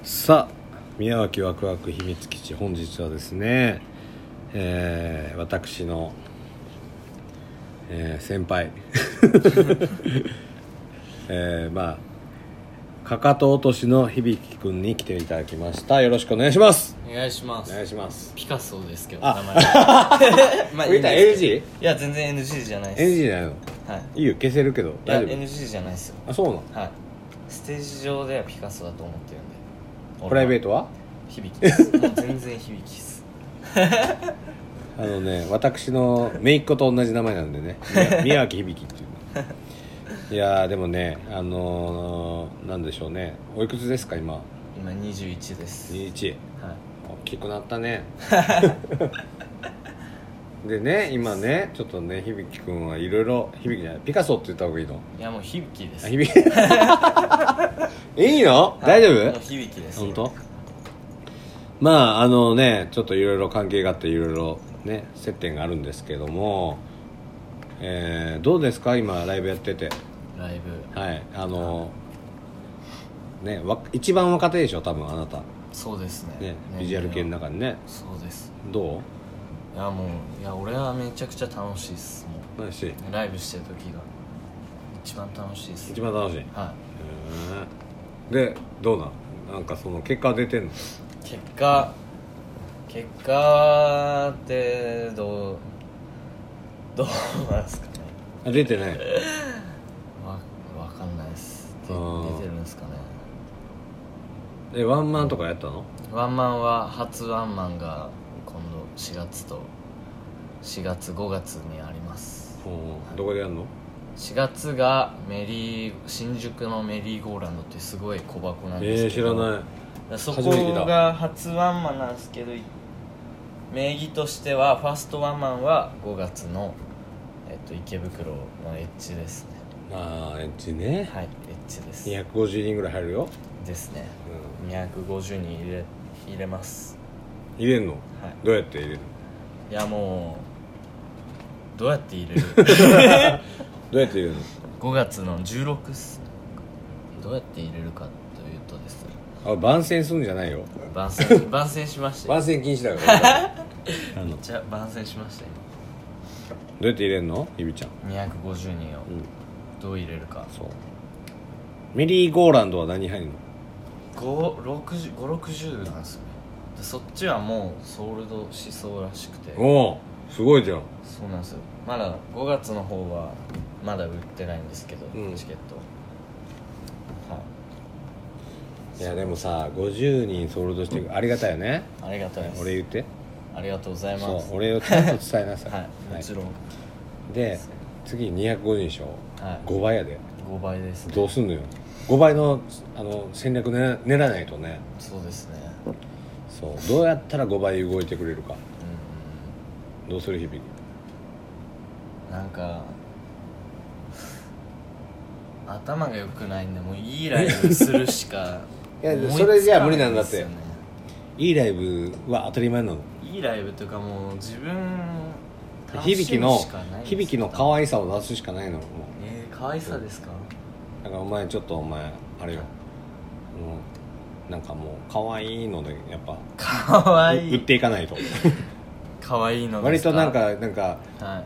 さあ宮脇ワクワク秘密基地、本日はですね、私の、先輩まあかかと落としの響くんに来ていただきました。よろしくお願いします。 お願いします。 お願いします。 ピカソですけど、 あ名前まあこれNG？ いや全然 NG じゃないです。 NG じゃないの？ はい。 いいよ、消せるけどいや大丈夫？ NG じゃないですよ。 あ、そうなの？ はい。ステージ上ではピカソだと思ってるんで。 プライベートは響きです。もう全然響きです私の姪っ子と同じ名前なんでね宮脇響っていういやでもねなんでしょうね、おいくつですか今？ 今21です。 21、 はい。 大きくなったねでね、今ねちょっとね、響くんはいろいろ、響じゃない、ピカソって言った方がいいの？ いやもう響きです。 あ、響いいの？大丈夫？ もう響きです。 本当？まあね、ちょっといろいろ関係があっていろいろね接点があるんですけども、どうですか今ライブやってて？ ライブ、 はいね、一番若手でしょ多分あなたそうですね。 ビジュアル系の中にね。 そうです。 どう？ いやもう、いや俺はめちゃくちゃ楽しいっす。も楽しい？ うライブしてる時が一番楽しいっす。 一番楽しい？ はでどうなんかその結果出てんの？ い。結果ってどうなんですかね。 あ、出てない？ わかんないです。出てるんですかね。 ワンマンとかやったの？ ワンマンは初ワンマンが今度4月5月にあります。 どこでやるの ？4月が新宿のメリーゴーランドっていうすごい小箱なんですけど、 知らない。 そこが初ワンマンなんですけど、名義としてはファーストワンマンは5月の、池袋のエッジですね。 ああ、エッジね。 はい、エッジです。 250人ぐらい入るよ。 ですね、250人入れます。 入れんの？ はい。 どうやって入れるの？ いやもうどうやって入れるどうやって入れるの 5月の16っす。どうやって入れるかというとですね、 番宣するんじゃないよ。 番宣しましたよ。 番宣禁止だからめっちゃ番宣しましたよ。 どうやって入れるの？ゆびちゃん。 250人をどう入れるか。 そう。メリーゴーランドは何入るの ？560なんですよね。でそっちはもうソールドしそうらしくて。 おお、すごいじゃん。 そうなんですよ。まだ5月の方はまだ売ってないんですけど、チケット。はい。 いやでもさ、50人ソールドしてありがたいよね。 ありがたいです。 俺言って。 ありがとうございます。 そう、俺をちゃんと伝えなさいはい、もちろん。 で次250人でしょ、 はい、 5倍やで。 5倍ですね。 どうすんのよ。5倍の戦略ね練らないとね。 そうですね。 そう、どうやったら5倍動いてくれるか。どうする？響きなんか頭が良くないんで、もういいライブするしかいやそれじゃ無理なんだって。いいライブは当たり前なの。 いいライブというかもう自分響きの可愛さを出すしかないの。もう可愛さですか？ だからお前ちょっとあれよ、なんかもう可愛いのでやっぱ可愛い売っていかないと可愛いのですか？割となんか、 はい、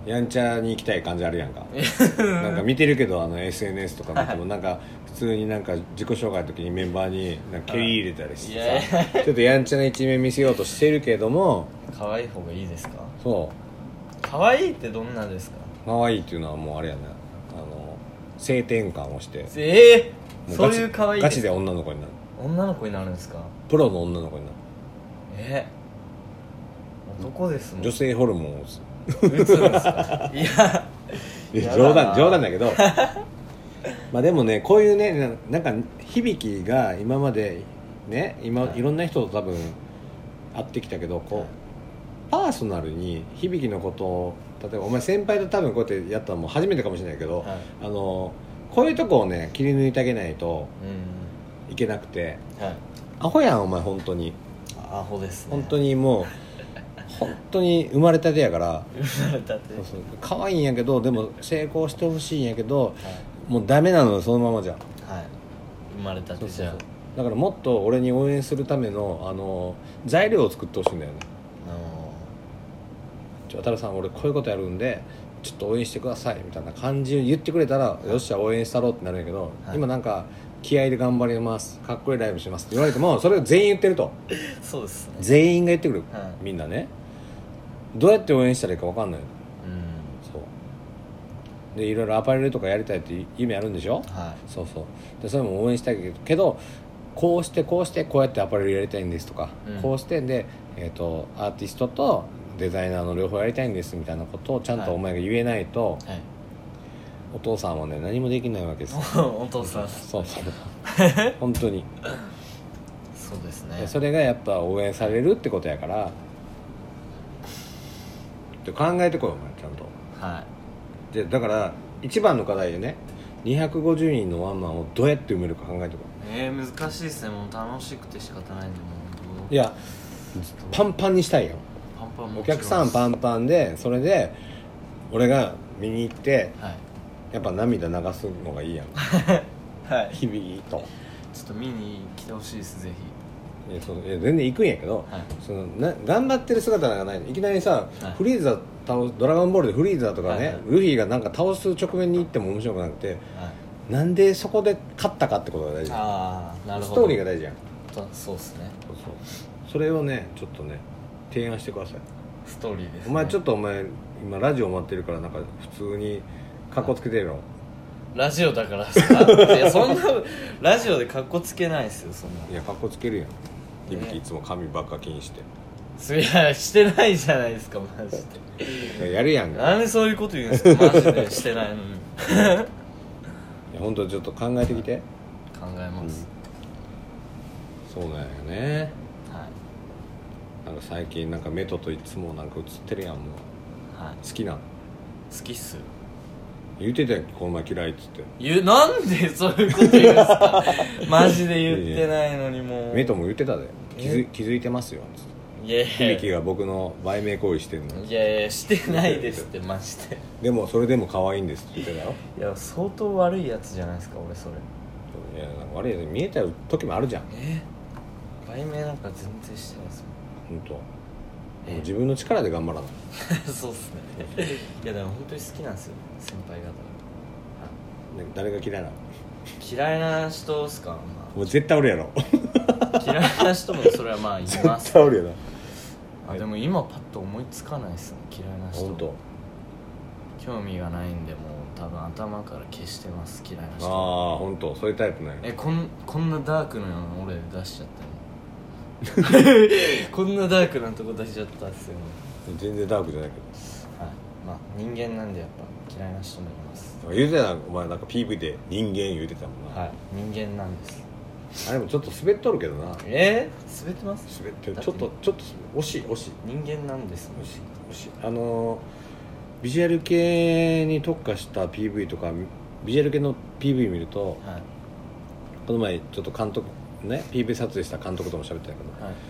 やんちゃに行きたい感じあるやんかなんか見てるけどSNS とか見てもなんか普通になんか自己紹介の時にメンバーになんか蹴り入れたりしてさ、ちょっとやんちゃな一面見せようとしてるけども、 可愛い方がいいですか？ そう可愛いってどんなですか？ 可愛いっていうのはもうあれやな、性転換をしてそういう可愛いガチで女の子になる。 女の子になるんですか？ プロの女の子になる。 男ですもん。 女性ホルモンを打つんですか？いや冗談だけどまあでもね、こういうね、なんか響きが今までね、いろんな人と多分会ってきたけど、こうパーソナルに響きのことを、例えばお前先輩と多分こうやってやったのも初めてかもしれないけど、こういうとこをね切り抜いてあげないといけなくて、アホやんお前本当に。 アホですね。 本当にもう本当に生まれたてやから。 生まれたて。 そう可愛いんやけど、でも成功してほしいんやけど、もうダメなのよそのままじゃ。 生まれたてじゃ。 だからもっと俺に応援するための材料を作ってほしいんだよね。渡辺さん俺こういうことやるんでちょっと応援してくださいみたいな感じを言ってくれたら、よっしゃ応援したろうってなるんやけど、今なんか気合で頑張りますかっこいいライブしますって言われてもそれを全員言ってるとそうですね、 全員が言ってくる、 はいみんなねどうやって応援したらいいか分かんないの。そうでいろいろアパレルとかやりたいって夢あるんでしょ、 はそうそうでそれも応援したいけどこうしてこうしてこうやってアパレルやりたいんですとか、こうしてで、アーティストとデザイナーの両方やりたいんですみたいなことをちゃんとお前が言えないと、 はい、 お父さんはね何もできないわけですよお父さんそうそう本当にそうですね。 でそれがやっぱ応援されるってことやからで考えてこいお前ちゃんと。 はでだから一番の課題でね250人のワンマンをどうやって埋めるか考えてこい、難しいですね。もう楽しくて仕方ないんで、もうい。いやパンパンにしたいよ。 パンパンお客さんパンパンでそれで俺が見に行ってはいやっぱ涙流すのがいいやんはい、 日々とちょっと見に来てほしいです、ぜひ。 いや全然行くんやけど、 はいその頑張ってる姿がないの。いきなりさ、 はい、 フリーザドラゴンボールでフリーザとかね、 はいはい、 ルフィがなんか倒す直面に行っても面白くなくて、 はい、 なんでそこで勝ったかってことが大事。 ああなるほど。 ストーリーが大事やん。 そうですね。 そうそうそれをねちょっとね提案してください。 ストーリーですね。 お前ちょっと今ラジオ待ってるからなんか普通にカッコつけてるの。 ラジオだからですか？いやそんなラジオでカッコつけないですよ、そんな。 いやカッコつけるやん。響きいつも髪ばっか気にしていやしてないじゃないですか、マジで。 やるやんなんでそういうこと言うんですか、マジでしてないのに。 いや本当ちょっと考えてきて。 考えます、 そうなんよね。 はなんか最近なんかメトといつもなんか映ってるやん。もうい、はい、 好きなん好きっす。 言ってたやんこの前嫌いっつってなんでそういうこと言うんですか？マジで言ってないのに。もうメトも言ってたで気づいてますよつっていやい響が僕の売名行為してんの。 やいやしてないですってマジで。 でもそれでも可愛いんですって言ってたよ。 いや相当悪いやつじゃないですか俺それ。 いや悪いやつ見えた時もあるじゃん。 売名なんか全然してないですもん。 本当自分の力で頑張らないそうっすね。いやでも本当に好きなんですよ先輩方。 誰が嫌いなの。 嫌いな人っすか？まもう絶対おるやろあ、嫌いな人もそれはまあい絶ます。 対おるよな。 でも今パッと思いつかないっすね、嫌いな人。 本当。 興味がないんでもう多分頭から消してます、嫌いな人。 ああ本当そういうタイプなんや。 こんなダークなの俺出しちゃったねこんなダークなとこ出しちゃったっすよね。 全然ダークじゃないけはい、まあ人間なんでやっぱ嫌いな人もいます。 ど言うてたなお前なんか PV で人間言うてたもんな、 はい、人間なんです。 あれもちょっと滑っとるけどな。 滑ってます。 滑ってるちょっと惜しい人間なんですね。 惜しいビジュアル系に特化した PV とかビジュアル系の PV 見ると、 はい、 この前ちょっと監督ね PV 撮影した監督とも喋ってたけど、 はい、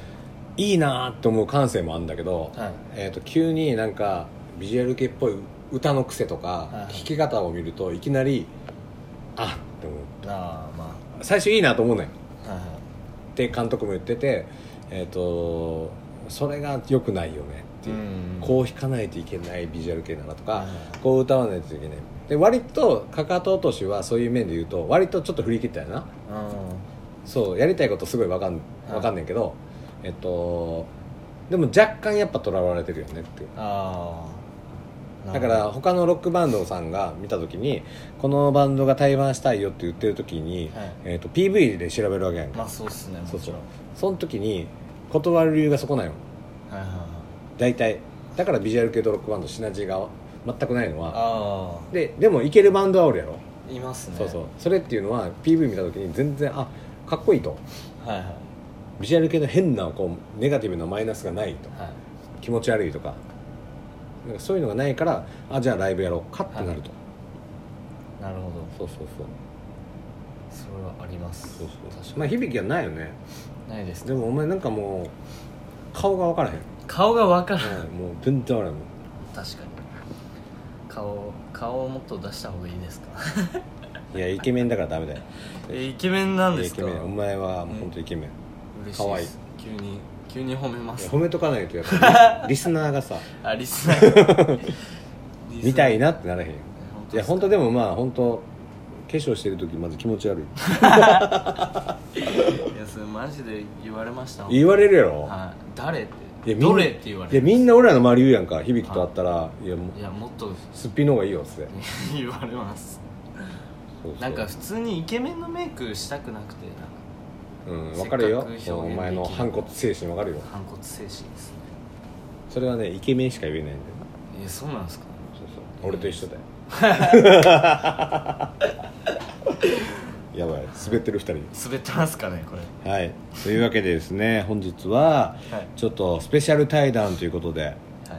いいなーって思う感性もあるんだけど、 はい、 急になんかビジュアル系っぽい歌の癖とか、 はい、 弾き方を見るといきなりあって思う。 ああま最初いいなと思うねんっあ、はいはい、 て監督も言ってて、それが良くないよねっていう、こう弾かないといけないビジュアル系なのとか、こう歌わないといけないで割とかかと落としはそういう面で言うと割とちょっと振り切ったよな。そうやりたいことすごい分かんねんけど、でも若干やっぱとらわれてるよねっていう。だから他のロックバンドさんが見た時にこのバンドが対バンしたいよって言ってる時に、はいPV で調べるわけやんか。 まあそうっすね、もちろん。 その時に断る理由がそこなんよ、はいはいはい、大体だからビジュアル系ドロックバンドシナジーが全くないのはでもいけるバンドはおるやろ。 いますね。 そうそれっていうのは PV 見た時に全然かっこいいと、はいはい、ビジュアル系の変なこうネガティブなマイナスがないと、はい、気持ち悪いとかなんかそういうのがないからじゃあライブやろうかってなると、はい、 なるほど。 そうそれはあります。 そうまあ響きはないよね。 ないです。 でもお前なんかもう顔が分からへん。 顔が分からへん、 もう全然分からへんもん。 確かに顔をもっと出した方がいいですかいやイケメンだからダメだよ。 イケメンなんですか？ イケメン、お前はもう本当イケメン。 嬉しいです。 可愛い。 急に褒めます。 褒めとかないとやっぱリスナーがさあ、リスナー見たいなってならへんよ。いや本当ででもまあ本当化粧してる時まず気持ち悪い。 いやそれマジで言われました。 言われるやろ。 はい。誰って、 いやみんなどれって言われる。 いやみんな俺らの周り言うやんか。響と会ったらいやもいやもっとうすっぴんの方がいいよっつって。 言われます。 そうそうなんか普通にイケメンのメイクしたくなくて、 うん分かるよ。 せっかく表現できるお前の反骨精神分かるよ。 反骨精神ですね。 それはねイケメンしか言えないんだよ。 そうなんですか？ そうそう俺と一緒だよ。やばい滑ってる2人。 滑ってますかねこれ。 はいというわけでですね本日ははいちょっとスペシャル対談ということで、 はい。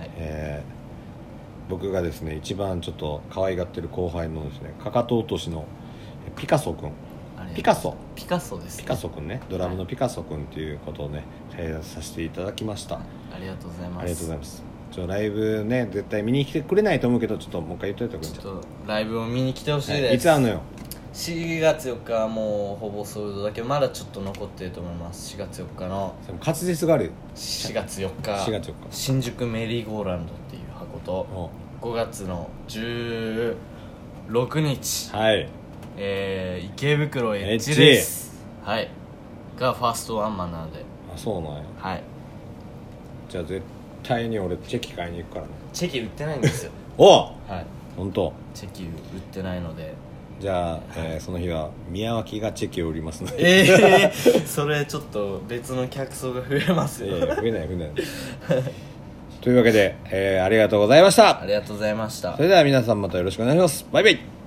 僕がですね一番ちょっと可愛がってる後輩のですねかかと落としのピカソくん。 あれピカソです、ね。 ピカソくんねドラムのピカソくんっていうことをね対談させていただきました。 ありがとうございます。 ありがとうございます。ライブね絶対見に来てくれないと思うけどちょっともう一回言っといてくれ。 ちょっとライブを見に来てほしいです。 いつあんのよ。 4月4日はもうほぼソールドだけどまだちょっと残ってると思います。4月4日のそれも滑舌があるよ。 4月4日 4月4日新宿メリーゴーランドっていう箱と5月の16日、 はい池袋エッジです。はいがファーストワンマンなので。 あそうなんや。 はい。 じゃあ絶対に俺チェキ買いに行くからね。 チェキ売ってないんですよ。 おはい本当。 チェキ売ってないので。 じゃあ、その日は宮脇がチェキを売りますので。 それちょっと別の客層が増えますよ。 いやいや増えないというわけで、ありがとうございました。 ありがとうございました。 それでは皆さんまたよろしくお願いします。バイバイ。